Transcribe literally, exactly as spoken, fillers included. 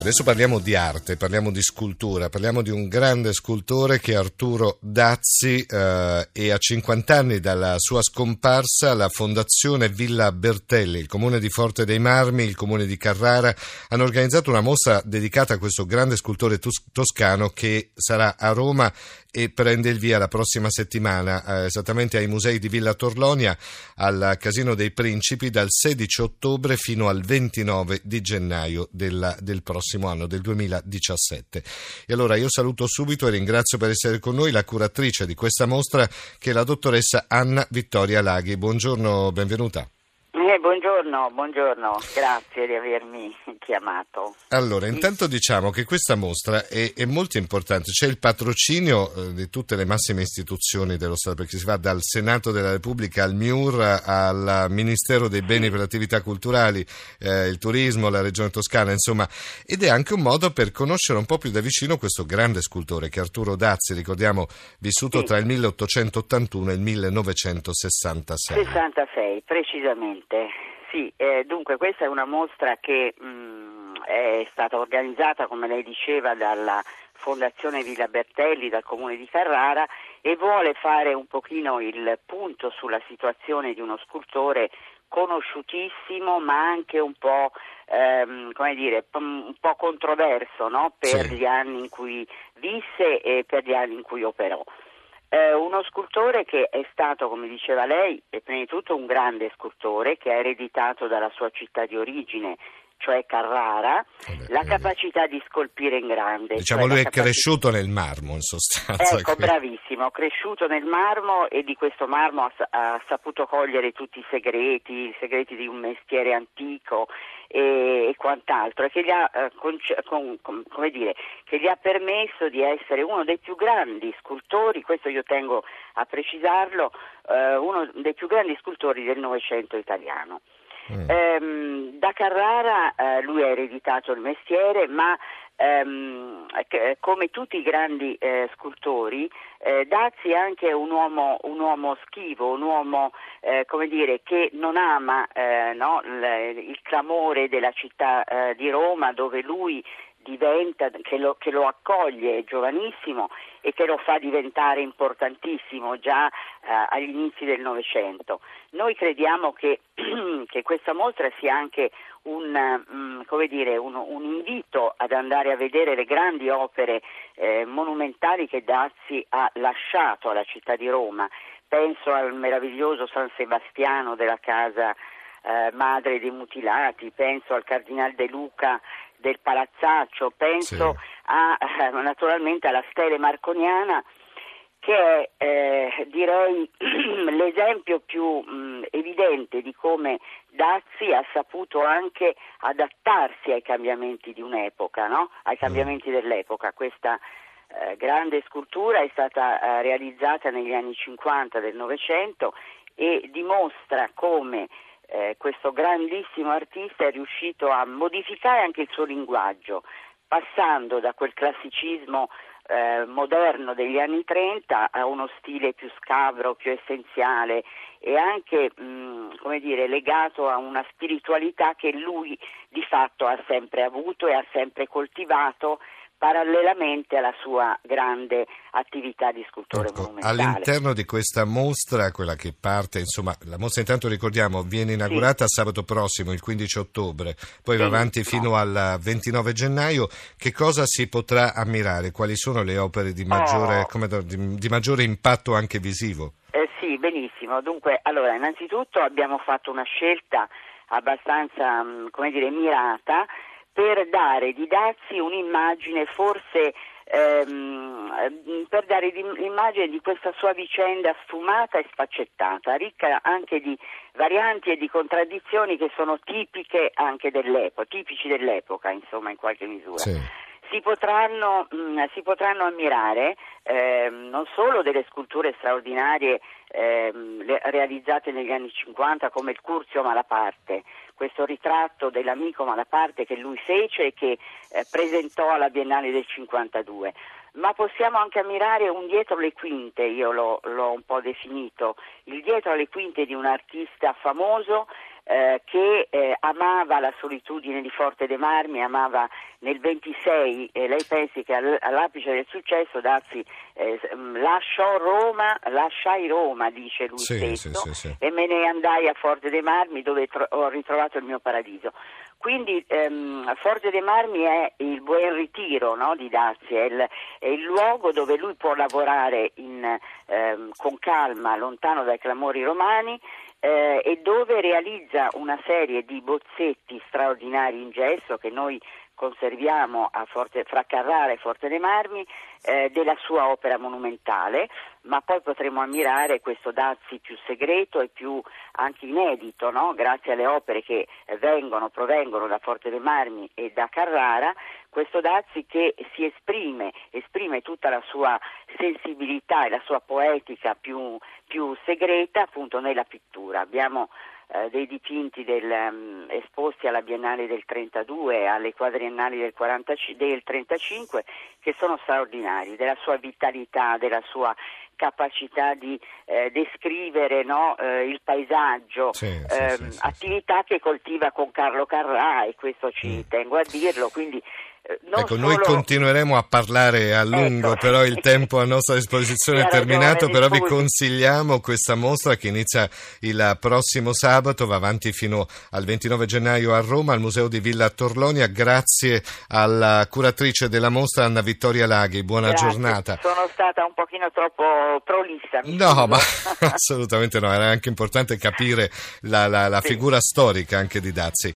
Adesso parliamo di arte, parliamo di scultura, parliamo di un grande scultore che è Arturo Dazzi eh, e a cinquanta anni dalla sua scomparsa la Fondazione Villa Bertelli, il Comune di Forte dei Marmi, il Comune di Carrara hanno organizzato una mostra dedicata a questo grande scultore tos- toscano che sarà a Roma e prende il via la prossima settimana, eh, esattamente ai musei di Villa Torlonia, al Casino dei Principi, dal sedici ottobre fino al ventinove di gennaio del, del prossimo anno, del duemiladiciassette. E allora io saluto subito e ringrazio per essere con noi la curatrice di questa mostra, che è la dottoressa Anna Vittoria Laghi. Buongiorno, benvenuta. Eh, buongiorno, buongiorno, grazie di avermi chiamato. Allora, intanto diciamo che questa mostra è, è molto importante, c'è il patrocinio eh, di tutte le massime istituzioni dello Stato, perché si va dal Senato della Repubblica al M I U R, al Ministero dei Beni per le Attività Culturali, eh, il Turismo, la Regione Toscana, insomma, ed è anche un modo per conoscere un po' più da vicino questo grande scultore che è Arturo Dazzi, ricordiamo, vissuto sì. tra il milleottocentottantuno e il millenovecentosessantasei. sessantasei, precisamente. Sì, eh, dunque questa è una mostra che mh, è stata organizzata, come lei diceva, dalla Fondazione Villa Bertelli, dal Comune di Carrara, e vuole fare un pochino il punto sulla situazione di uno scultore conosciutissimo, ma anche un po' ehm, come dire, un po' controverso, no? Per sì. gli anni in cui visse e per gli anni in cui operò. Eh, uno scultore che è stato, come diceva lei, è prima di tutto un grande scultore che ha ereditato dalla sua città di origine, cioè Carrara, Vabbè, la capacità di scolpire in grande. Diciamo cioè lui è capacità... cresciuto nel marmo, in sostanza. Ecco, qui. Bravissimo, cresciuto nel marmo, e di questo marmo ha, ha saputo cogliere tutti i segreti, i segreti di un mestiere antico e, e quant'altro, e che gli ha, eh, conce- con, con, come dire, che gli ha permesso di essere uno dei più grandi scultori, questo io tengo a precisarlo, eh, uno dei più grandi scultori del Novecento italiano. Mm. Ehm, da Carrara eh, lui ha ereditato il mestiere, ma ehm, c- come tutti i grandi eh, scultori, eh, Dazzi è anche un uomo, un uomo schivo, un uomo eh, come dire, che non ama eh, no, l- il clamore della città eh, di Roma, dove lui diventa, che lo, che lo accoglie giovanissimo e che lo fa diventare importantissimo già eh, agli inizi del Novecento. Noi crediamo che, che questa mostra sia anche un, um, come dire, un, un invito ad andare a vedere le grandi opere eh, monumentali che Dazzi ha lasciato alla città di Roma. Penso al meraviglioso San Sebastiano della casa eh, Madre dei Mutilati, penso al Cardinal De Luca del Palazzaccio, penso sì. a eh, naturalmente alla Stele Marconiana, che è eh, direi l'esempio più mh, evidente di come Dazzi ha saputo anche adattarsi ai cambiamenti di un'epoca, no? Ai cambiamenti mm. dell'epoca. Questa eh, grande scultura è stata eh, realizzata negli anni cinquanta del Novecento e dimostra come Eh, questo grandissimo artista è riuscito a modificare anche il suo linguaggio, passando da quel classicismo eh, moderno degli anni trenta a uno stile più scabro, più essenziale e anche mh, come dire, legato a una spiritualità che lui di fatto ha sempre avuto e ha sempre coltivato, parallelamente alla sua grande attività di scultore ecco, monumentale. All'interno di questa mostra, quella che parte, insomma, la mostra intanto ricordiamo viene inaugurata sì. sabato prossimo, il quindici ottobre, poi va avanti fino al ventinove gennaio. Che cosa si potrà ammirare? Quali sono le opere di maggiore, oh. come, di, di maggiore impatto anche visivo? Eh, sì, benissimo. Dunque, allora, innanzitutto abbiamo fatto una scelta abbastanza, come dire, mirata, per dare di Dazzi un'immagine forse ehm, per dare l'immagine di questa sua vicenda sfumata e sfaccettata, ricca anche di varianti e di contraddizioni che sono tipiche anche dell'epoca, tipici dell'epoca, insomma, in qualche misura. Sì. Si potranno, mh, si potranno ammirare eh, non solo delle sculture straordinarie eh, le, realizzate negli anni cinquanta come il Curzio Malaparte, questo ritratto dell'amico Malaparte che lui fece e che eh, presentò alla Biennale del cinquantadue, ma possiamo anche ammirare un dietro le quinte, io l'ho, l'ho un po' definito, il dietro le quinte di un artista famoso eh, che eh, amava la solitudine di Forte dei Marmi, amava nel ventisei, eh, lei pensi che all'apice del successo Dazzi eh, lasciò Roma, lasciai Roma, dice lui sì, stesso, sì, sì, sì. e me ne andai a Forte dei Marmi dove tro- ho ritrovato il mio paradiso. Quindi ehm, Forte dei Marmi è il buon ritiro, no, di Dazzi, è il, è il luogo dove lui può lavorare in, ehm, con calma, lontano dai clamori romani, eh, e dove realizza una serie di bozzetti straordinari in gesso che noi conserviamo a Forte, fra Carrara e Forte dei Marmi, eh, della sua opera monumentale, ma poi potremo ammirare questo Dazzi più segreto e più anche inedito, no? Grazie alle opere che vengono, provengono da Forte dei Marmi e da Carrara, questo Dazzi che si esprime, esprime tutta la sua sensibilità e la sua poetica più, più segreta appunto nella pittura. Abbiamo eh, dei dipinti del, um, esposti alla Biennale del trentadue, alle quadriennali del, quaranta, del trentacinque, che sono straordinari, della sua vitalità, della sua capacità di eh, descrivere, no, eh, il paesaggio, sì, eh, sì, sì, sì, attività sì. che coltiva con Carlo Carrà, e questo ci mm. tengo a dirlo, quindi Non ecco, solo... noi continueremo a parlare a lungo, ecco. però il tempo a nostra disposizione è terminato, ragione, però vi scusi. consigliamo questa mostra che inizia il prossimo sabato, va avanti fino al ventinove gennaio a Roma, al Museo di Villa Torlonia. Grazie alla curatrice della mostra, Anna Vittoria Laghi, buona Grazie. giornata. Sono stata un pochino troppo prolissa. No, scuso. ma assolutamente no, era anche importante capire la, la, la sì. figura storica anche di Dazzi.